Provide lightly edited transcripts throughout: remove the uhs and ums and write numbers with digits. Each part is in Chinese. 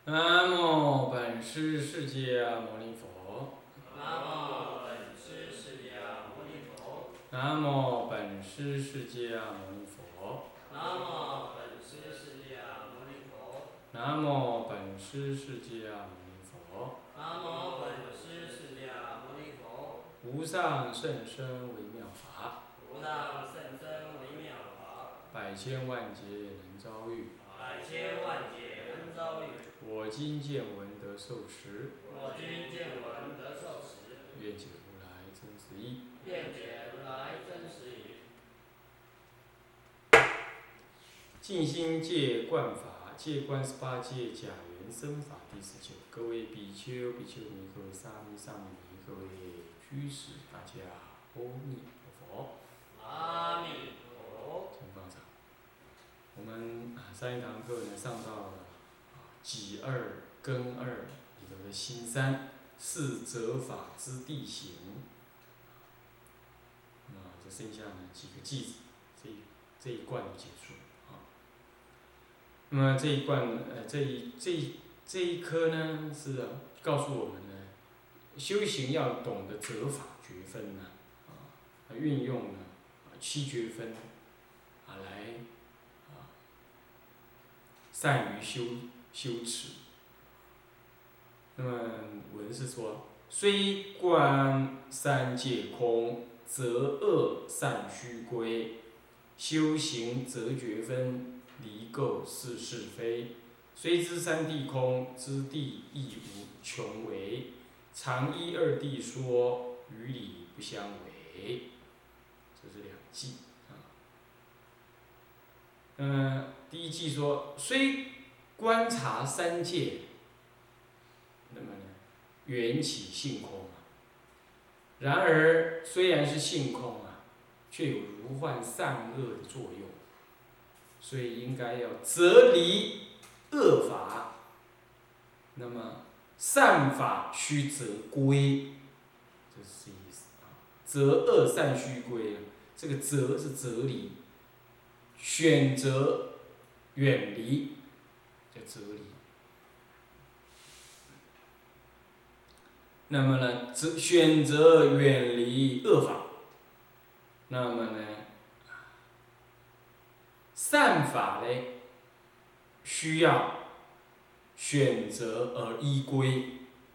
南无本师释迦牟尼佛。 南无本师释迦牟尼佛。 南无本师释迦牟尼佛。 南无本师释迦牟尼佛。 南无本师释迦牟尼佛。 南无本师释迦牟尼佛。 无上甚深微妙法， 无上甚深微妙法， 百千万劫能遭遇。 百千万劫能遭遇。 我今见闻得受持， 我今见闻得受持， 愿解如来真实义。 愿解如来真实义。 净心戒观法，戒观18戒假缘生法第19。各位比丘、比丘尼，各位沙弥、沙弥尼，各位居士，大家阿弥陀佛。 阿弥陀佛。 请放掌。我们上一堂课呢，上到了己二根二里头的心三，是则法之地行。这剩下呢几个句子，这一贯就结束了啊。那么这一贯，这一科呢是告诉我们呢，修行要懂得择法觉分呢，运用呢七觉分来善于修持。那么文是说，虽观三界空，则恶善须归。修行则觉分，离垢是是非。虽知三谛空，知谛亦无穷为。常依二谛说，与理不相违。这是两句第一句说，虽观察三界，那么呢，缘起性空然而虽然是性空却有如幻善恶的作用，所以应该要择离恶法，那么善法须择归，这是意思择恶善须归，这个择是择离，选择远离叫择离。那么呢，选择远离恶法。那么呢，善法呢，需要选择而依归，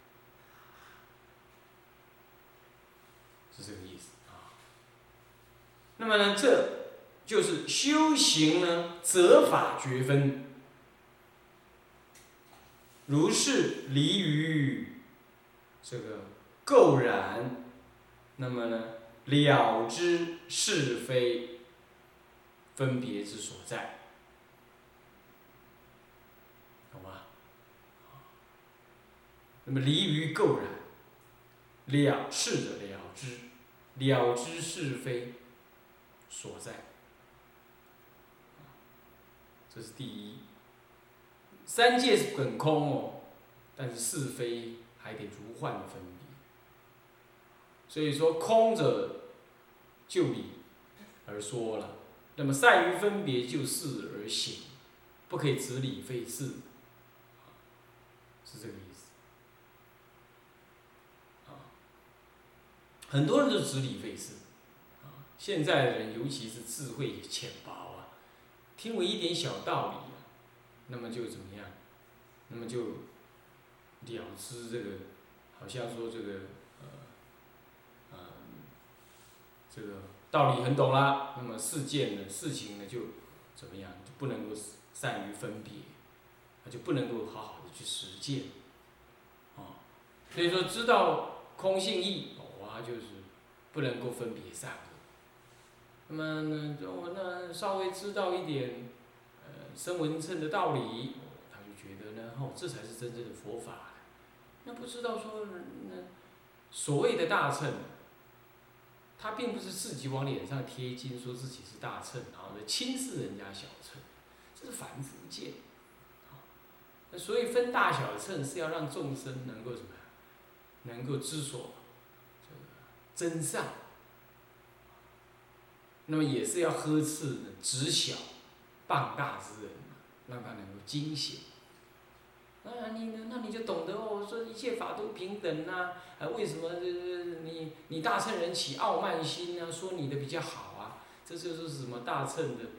是这个意思那么呢，这就是修行呢，择法觉分，如是离于这个垢染，那么呢，了知是非分别之所在，好吧？那么离于垢染，是的了知是非所在，这是第一。三界是本空但是是非还得如幻的分别。所以说，空者就理而说了，那么善于分别就事而行，不可以执理废事，是这个意思。很多人都执理废事，现在的人尤其是智慧浅薄听为一点小道理那么就怎么样？那么就了知这个，好像说这个这个道理很懂啦，那么事情呢就怎么样？就不能够善于分别，就不能够好好的去实践，所以说知道空性义，就是不能够分别善恶。那么呢，那稍微知道一点声闻乘的道理，他就觉得呢，这才是真正的佛法。那不知道说所谓的大乘。他并不是自己往脸上贴金，说自己是大乘，然后轻视人家小乘，这是凡夫见。所以分大小乘是要让众生能够什么？能够知所真相。那么也是要呵斥执小、谤大之人，让他能够惊醒。 那你就懂得哦，说一切法都平等呐、为什么你大乘人起傲慢心呢、说你的比较好啊，这就是什么大乘的，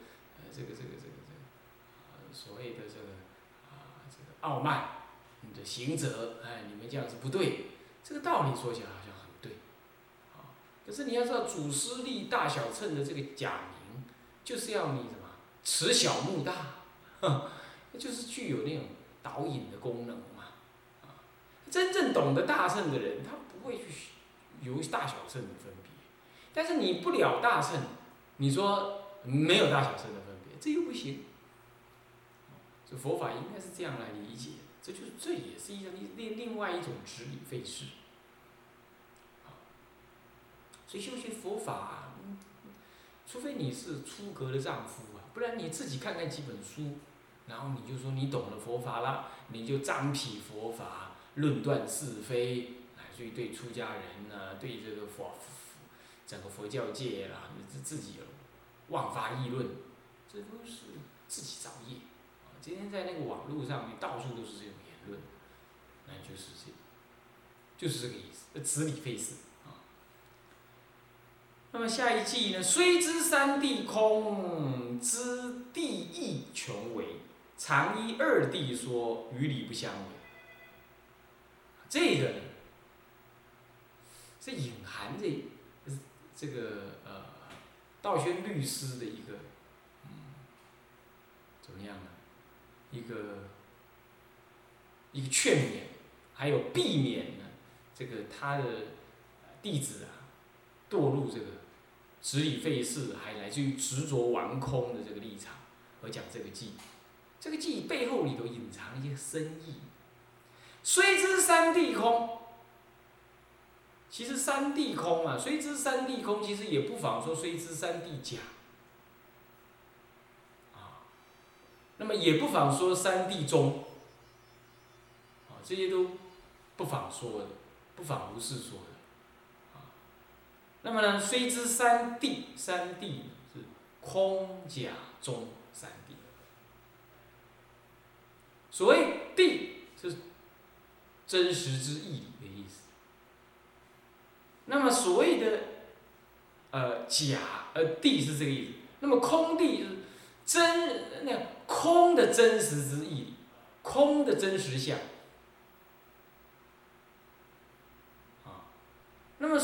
所谓的这个傲慢，你的行者，你们这样是不对，这个道理说起来好像很对，可是你要知道祖师立大小乘的这个假名，就是要你什么持小慕大，就是具有那种导引的功能嘛，真正懂得大乘的人，他不会去有大小乘的分别，但是你不了大乘，你说没有大小乘的分别，这又不行。这佛法应该是这样来理解，这也是另外一种执理费事。所以修学佛法，除非你是出格的丈夫啊，不然你自己看看几本书，然后你就说你懂了佛法了，你就瞻彼佛法，论断是非，所以对出家人呢、对这个整个佛教界啦，你自己妄发议论，这都是自己造业。今天在那个网络上面，到处都是这种言论，就是这个意思，执理费事啊。那么下一句呢？虽知三谛空，知谛义穷为，常依二谛说，与理不相违。这个呢，这隐含着这个道宣律师的一个怎么样呢？一个劝勉，还有避免呢，这个他的弟子堕入这个执理费事，还来自于执着玩空的这个立场，而讲这个偈。这个偈背后里头隐藏一些深意。虽知三谛空，其实三谛空啊，虽知三谛空，其实也不妨说虽知三谛假。那么也不妨说三谛中，这些都不妨说的，不妨如是说的，那么呢，虽知三谛，三谛是空假中三谛。所谓谛是真实之义的意思。那么所谓的假谛是这个意思。那么空谛是空的真实之义，空的真实相。那么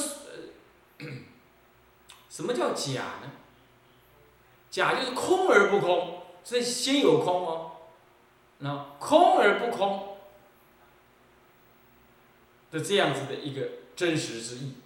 什么叫假呢？假就是空而不空，所以先有空哦。那空而不空的这样子的一个真实之意，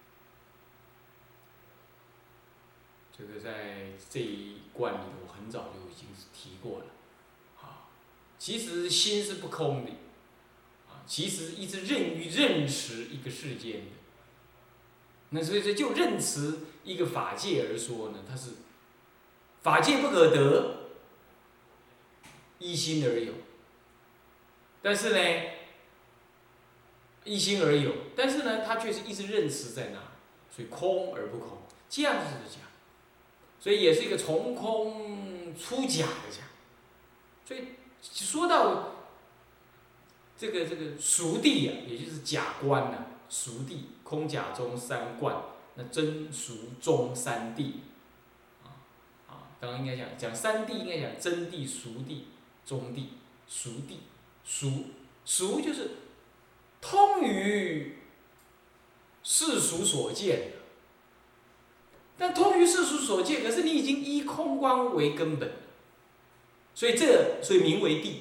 这个在这一贯里头很早就已经提过了。其实心是不空的，其实一直认识一个世间的。那所以说，就认识一个法界而说呢，它是法界不可得，依心而有。但是呢，依心而有，但是呢，它却是一直认识在那，所以空而不空，这样子的假，所以也是一个从空出假的假。所以说到这个俗谛啊，也就是假观啊，俗谛空假中三观，那真俗中三谛，刚刚应该讲三谛，应该讲真谛、俗谛、中谛、俗谛。俗就是通于世俗所见的，但通于世俗所见，可是你已经依空观为根本，所以名为谛。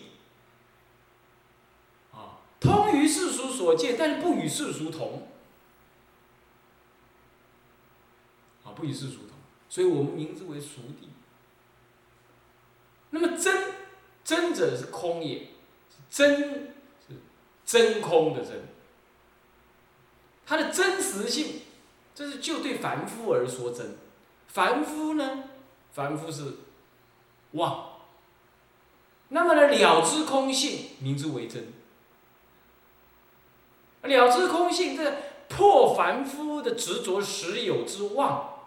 通于世俗所见，但是不与世俗同，不与世俗同，所以我们名之为俗谛。那么真者是空也，真是真空的真，它的真实性，这是就对凡夫而说真。凡夫呢，凡夫是妄，那么呢，了知空性，名之为真。了知空性，这破凡夫的执着实有之妄，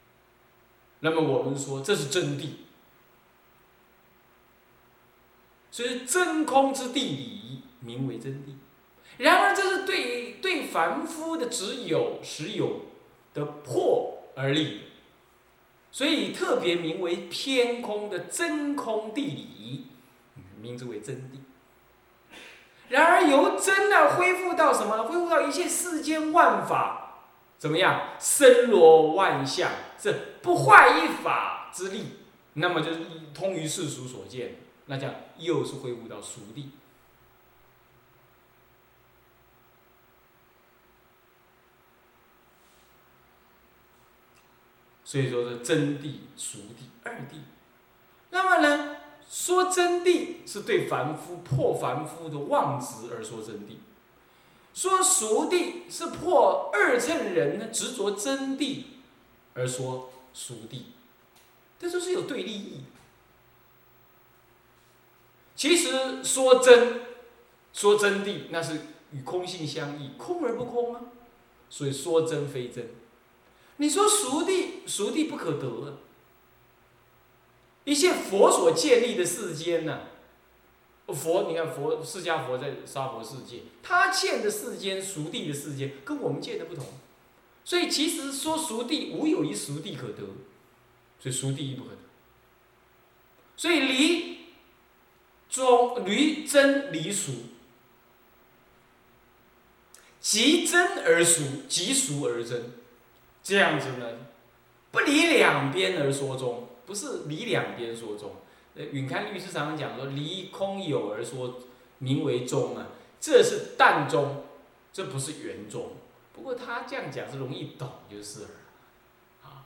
那么我们说这是真谛。 所以真空之地理名为真谛。然而这是对凡夫的执有实有的破而立的，所以特别名为偏空的真空地理，名之为真谛。然而由真呢恢复到什么呢？恢复到一切世间万法怎么样？森罗万象，这不坏一法之力，那么就是通于世俗所见，那这样又是恢复到俗谛。所以说是真谛、俗谛二谛。那么呢，说真谛是对凡夫破凡夫的妄执而说真谛；说俗谛是破二乘人呢执着真谛而说俗谛。这就是有对立意义。其实说真谛，那是与空性相异，空而不空啊，所以说真非真。你说俗谛不可得啊！一切佛所建立的世间呢、佛你看释迦佛在娑婆世界，他建的世间俗谛的世间跟我们建的不同，所以其实说俗谛无有一俗谛可得，所以俗谛亦不可得。所以离真离俗，即真而俗，即俗而真。这样子呢，不离两边而说中，不是离两边说中。允堪律师常常讲说，离空有而说名为中啊，这是淡中，这不是圆中。不过他这样讲是容易懂就是了，啊。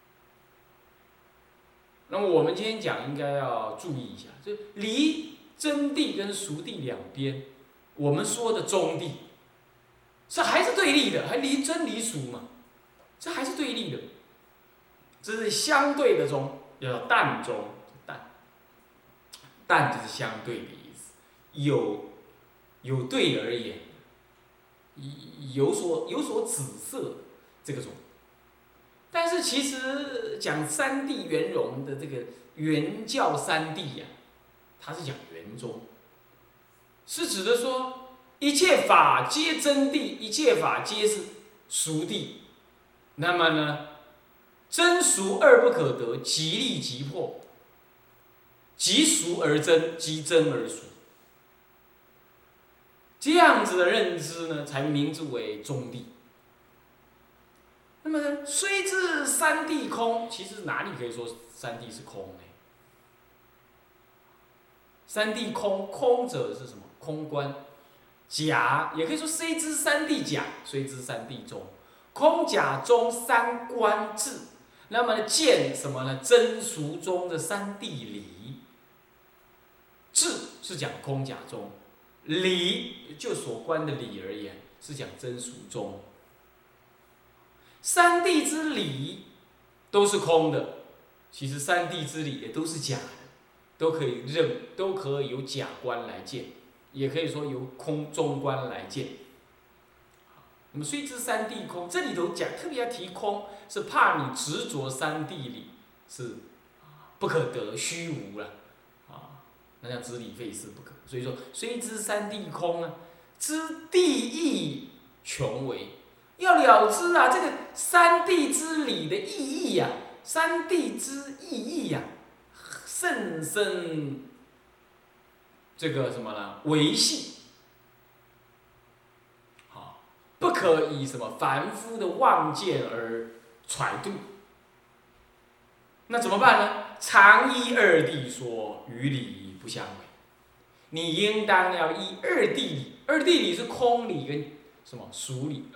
那么我们今天讲应该要注意一下，就离真谛跟俗谛两边，我们说的中谛，是还是对立的，还离真离俗嘛？这还是对立的，这是相对的中，叫淡中，淡就是相对的意思，有对而言，有所指涉这个中。但是其实讲三谛圆融的这个圆教三谛呀，它是讲圆中，是指的说一切法皆真谛，一切法皆是俗谛。那么呢，真俗二不可得，即立即破，即俗而真，即真而俗。这样子的认知呢，才名之为中谛。那么呢，虽知三谛空，其实哪里可以说三谛是空呢？三谛空，空者是什么？空观。假也可以说虽知三谛假，虽知三谛中。空假中三观智，那么见什么呢？真俗中的三谛理。智是讲空假中，理就所观的理而言，是讲真俗中。三谛之理都是空的，其实三谛之理也都是假的，都可以由假观来见，也可以说由空中观来见。那么虽知三谛空，这里头讲特别要提空，是怕你执着三谛理是不可得、虚无了啊，那叫执理废事不可。所以说，虽知三谛空啊，知谛义穷为。要了知啊，这个三谛之理的意义呀、三谛之意义呀、甚深这个什么呢？维系。不可以什么凡夫的妄见而揣度，那怎么办呢？常依二谛说，与理不相违。你应当要依二谛理，二谛理是空理跟什么俗理？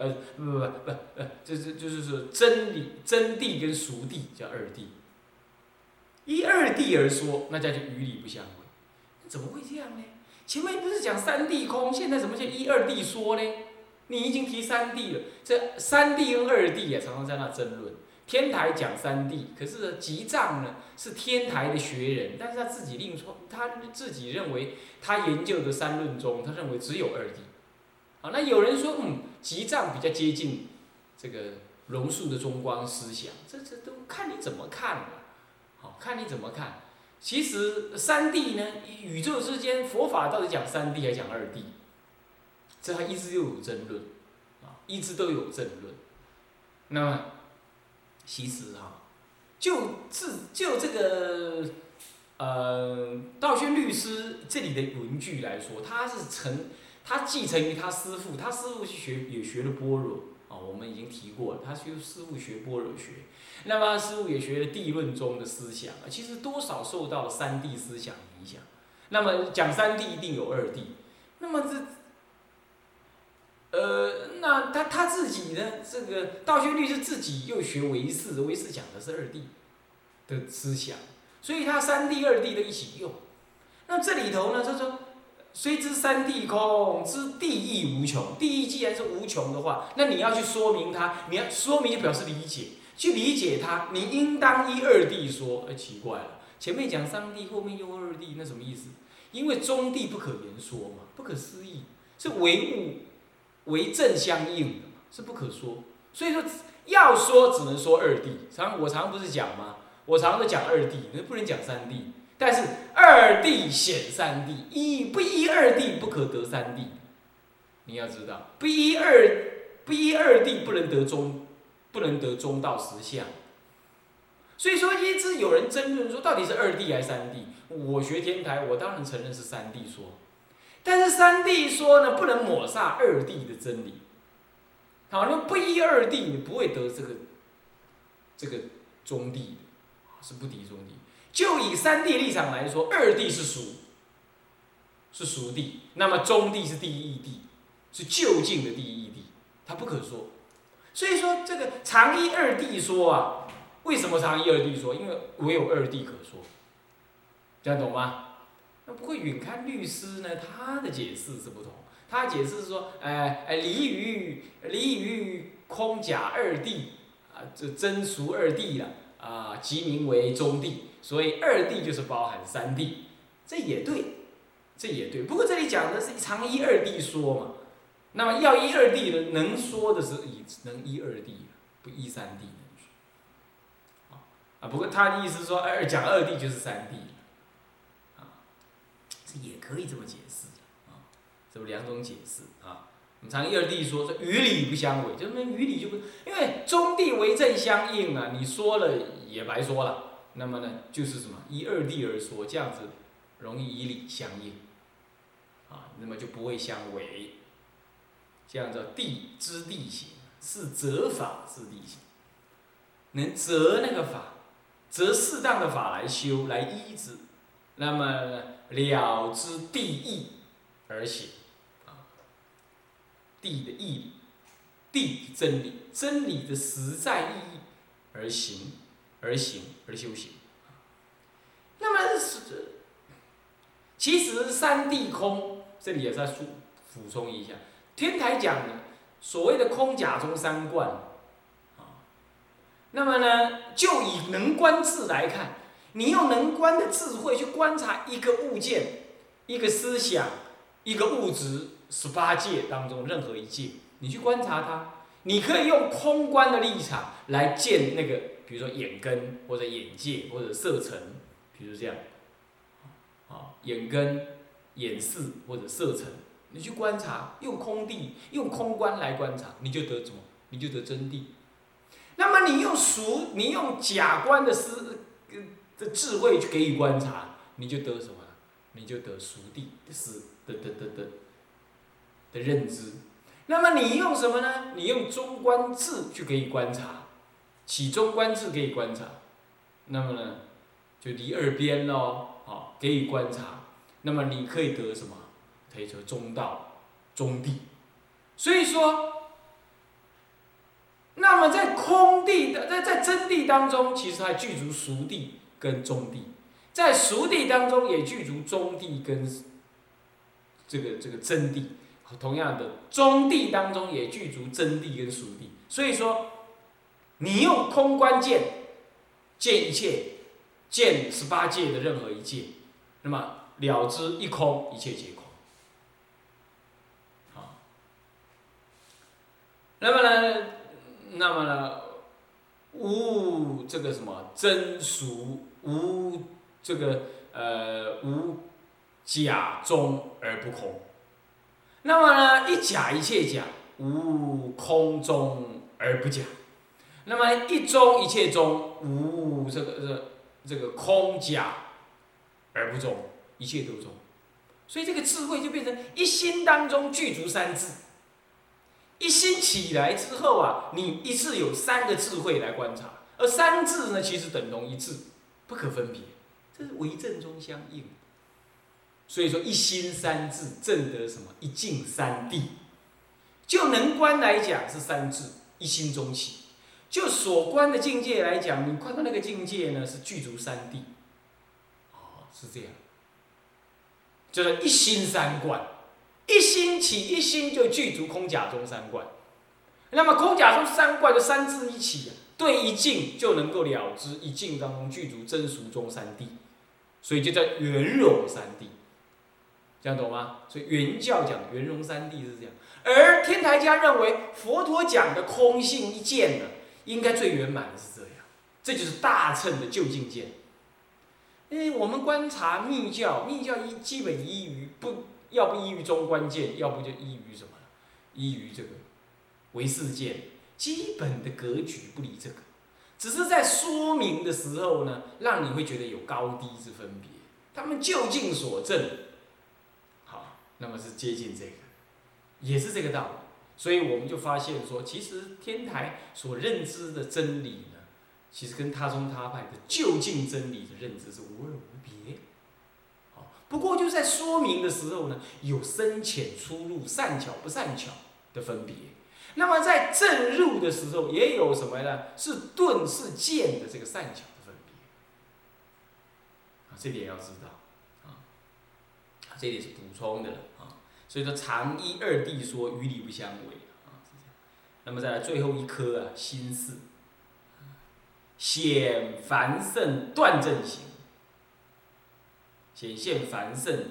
就是说真理、真谛跟俗谛叫二谛。依二谛而说，那叫与理不相违。怎么会这样呢？前面不是讲三谛空，现在怎么叫依二谛说呢？你已经提三谛了，这三谛跟二谛啊，常常在那争论。天台讲三谛，可是吉藏呢是天台的学人，但是他自己认为他研究的三论中，他认为只有二谛。好，那有人说，吉藏比较接近这个龙树的中观思想，这都看你怎么看了。好，看你怎么看。 其实三谛呢，宇宙之间佛法到底讲三谛还讲二谛？这它一直都有争论，一直都有争论。那么其实就这个道宣律师这里的文句来说，他继承于他师父，他师父也学了般若我们已经提过了，他师父学般若学，那么师父也学了地论中的思想，其实多少受到了三谛思想影响。那么讲三谛一定有二谛，那么那他自己呢？这个道宣律师自己又学唯识，唯识讲的是二谛的思想，所以他三谛二谛都一起用。那这里头呢，他说虽知三谛空，知谛亦无穷。谛亦既然是无穷的话，那你要去说明它，你要说明就表示理解，去理解它，你应当依二谛说。奇怪了，前面讲三谛，后面用二谛，那什么意思？因为中谛不可言说嘛，不可思议，是唯物为正相应的嘛，是不可说。所以说要说只能说二谛。我常不是讲吗？我常都讲二谛，不能讲三谛。但是二谛显三谛，不依二谛不可得三谛。你要知道，不依二谛不能得中道实相。所以说，一直有人争论说，到底是二谛还是三谛？我学天台，我当然承认是三谛说，但是三谛说呢，不能抹煞二谛的真理。好，那不依二谛，你不会得这个中谛的，是不敌中谛。就以三谛立场来说，二谛是熟谛，那么中谛是第一谛，是究竟的第一谛，它不可说。所以说这个常依二谛说为什么常依二谛说？因为唯有二谛可说，这样懂吗？那不过远看律师呢，他的解释是不同，他解释是说，离于空假二谛这真俗二谛了即名为中谛。所以二谛就是包含三谛，这也对。不过这里讲的是常依二谛说嘛，那么要依二谛呢，能说的是能依二谛，不依三谛。不过他的意思是说，讲二谛就是三谛这也可以这么解释这有两种解释我们常依二谛说与理不相违，就是与理就不，因为中谛为正相应你说了也白说了。那么呢，就是什么依二谛而说，这样子容易以理相应那么就不会相违。这样叫谛之谛行，是择法之谛行，能择那个法，择适当的法来修来依之，那么了知谛义而行谛的义理，谛真理，真理的实在意义而行。而修行，那么其实三谛空，这里也再补充一下，天台讲的所谓的空假中三观那么呢，就以能观智来看，你用能观的智慧去观察一个物件、一个思想、一个物质，18界当中任何一界，你去观察它，你可以用空观的立场来见那个。比如说眼根或者眼界或者色尘，比如这样，眼根、眼识或者色尘，你去观察，用空谛、用空观来观察，你就得什么？你就得真谛。那么你用假观的智慧去给予观察，你就得什么？你就得熟谛的认知。那么你用什么呢？你用中观智去给予观察。起中观智给予观察，那么呢，就离二边给予观察，那么你可以得什么？可以得中道、中谛。所以说，那么在空谛在真谛当中，其实还具足熟谛跟中谛，在熟谛当中也具足中谛跟这个真谛，同样的中谛当中也具足真谛跟熟谛。所以说。你用空观见一切，见18界的任何一界，那么了知一空，一切皆空。那么呢，无这个什么真俗，无这个无假中而不空。那么呢，一假一切假，无空中而不假。那么一中一切中，无这个空假而不中，一切都中。所以这个智慧就变成一心当中具足三智。一心起来之后啊，你一次有三个智慧来观察，而三智呢，其实等同一智，不可分别，这是为正中相应。所以说一心三智，证得什么？一境三谛。就能观来讲是三智，一心中起；就所观的境界来讲，你看到那个境界呢，是具足三谛。哦，是这样，就是一心三观。一心起，一心就具足空假中三观。那么空假中三观的三智一起啊，对一境就能够了知一境当中具足真俗中三谛，所以就叫圆融三谛。这样懂吗？所以原教讲的圆融三谛是这样，而天台家认为佛陀讲的空性一见呢，应该最圆满的是这样，这就是大乘的究竟见。因为我们观察密教，基本依于要不依于中观见，要不就依于什么？依于这个唯识见，基本的格局不离这个，只是在说明的时候呢，让你会觉得有高低之分别。他们究竟所证，好，那么是接近这个，也是这个道理。所以我们就发现说，其实天台所认知的真理呢，其实跟他宗他派的究竟真理的认知是无二无别。不过就在说明的时候呢，有深浅出入、善巧不善巧的分别。那么在正入的时候，也有什么呢？是顿是见的这个善巧的分别。这点要知道啊，这点是补充的啊。所以说常依二谛说，于理不相违啊，是这样。那么再来最后一颗啊，心事，显凡圣断正行。显现凡圣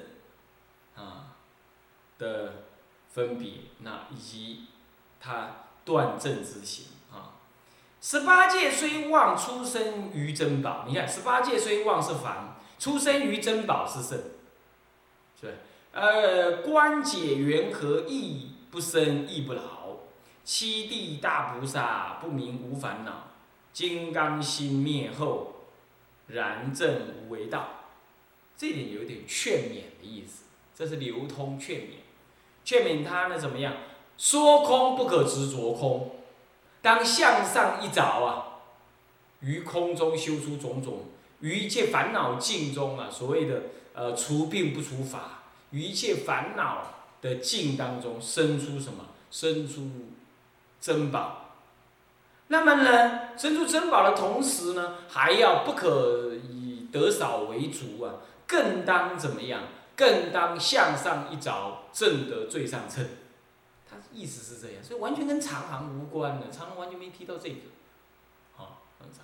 的分别，那以及他断正之行啊。18界虽妄出生于珍宝，你看18界虽妄是凡，出生于珍宝是圣，是吧？观解缘何亦不生亦不老，七地大菩萨不明无烦恼，金刚心灭后，然正无为道。这一点有点劝勉的意思，这是流通劝勉，劝勉他呢怎么样？说空不可执着空，当向上一着啊，于空中修出种种，于一切烦恼境中啊，所谓的除病不除法，于一切烦恼的境当中生出什么？生出珍宝。那么呢，生出珍宝的同时呢，还要不可以得少为足啊。更当怎么样？更当向上一着，正得最上乘。他意思是这样，所以完全跟长行无关的，长行完全没提到这个，好，很长。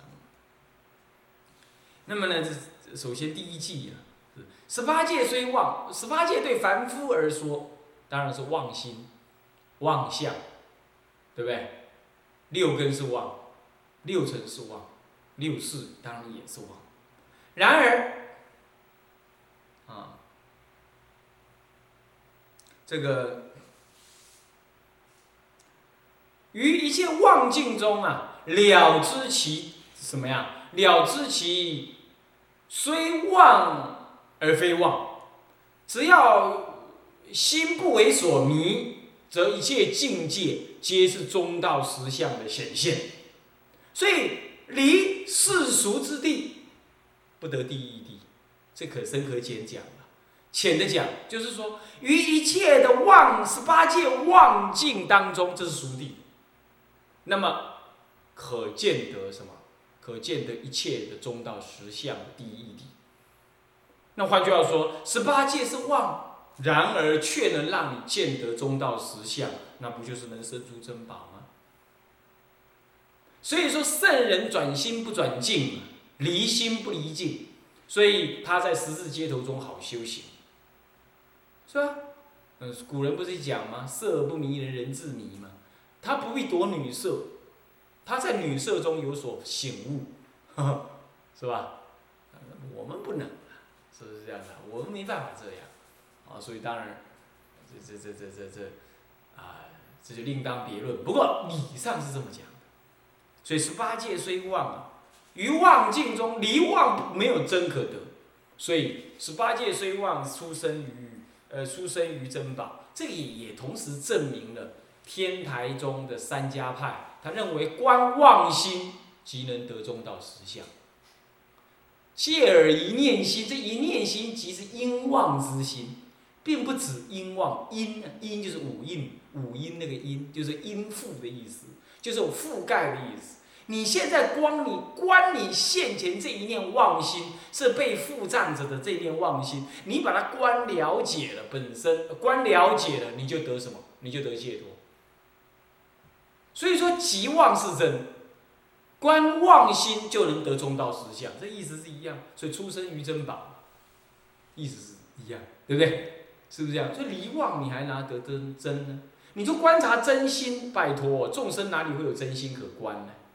那么呢，首先第一季啊，18界虽妄，18界对凡夫而说，当然是妄心、妄相，对不对？6根是妄，6尘是妄，6识当然也是妄。然而，这个于一切妄境中啊，了知其什么样？了知其虽妄而非妄。只要心不为所迷，则一切境界皆是中道实相的显现。所以离世俗之地，不得第一地，这可深可浅讲。浅的讲，就是说，于一切的18界妄境当中，这是熟地。那么，可见得什么？可见得一切的中道实相的第一地。那换句话说，18界是妄，然而却能让你见得中道实相，那不就是能生出珍宝吗？所以说，圣人转心不转境，离心不离境，所以他在十字街头中好修行。是吧？古人不是讲吗？色不迷人，人自迷嘛。他不必夺女色，他在女色中有所醒悟，是吧？ 我们不能，是不是这样的？我们没办法这样，啊，所以当然，这就另当别论。不过理上是这么讲的，所以18戒虽妄啊，于妄境中离妄没有真可得，所以18戒虽妄，出生于珍宝，这个也同时证明了天台中的三家派，他认为观妄心即能得中道实相。借耳一念心，这一念心即是因妄之心，并不止因妄，因就是五阴那个因，就是因覆的意思，就是有覆盖的意思。你现在观你现前这一念妄心，是被覆障着的这一念妄心，你把它观了解了，本身观了解了，你就得什么？你就得解脱。所以说，即妄是真。观妄心就能得中道实相，这意思是一样，所以出生于珍宝，意思是一样，对不对？是不是这样？所以离妄你还拿得真呢？你就观察真心，拜托，众生哪里会有真心可观呢？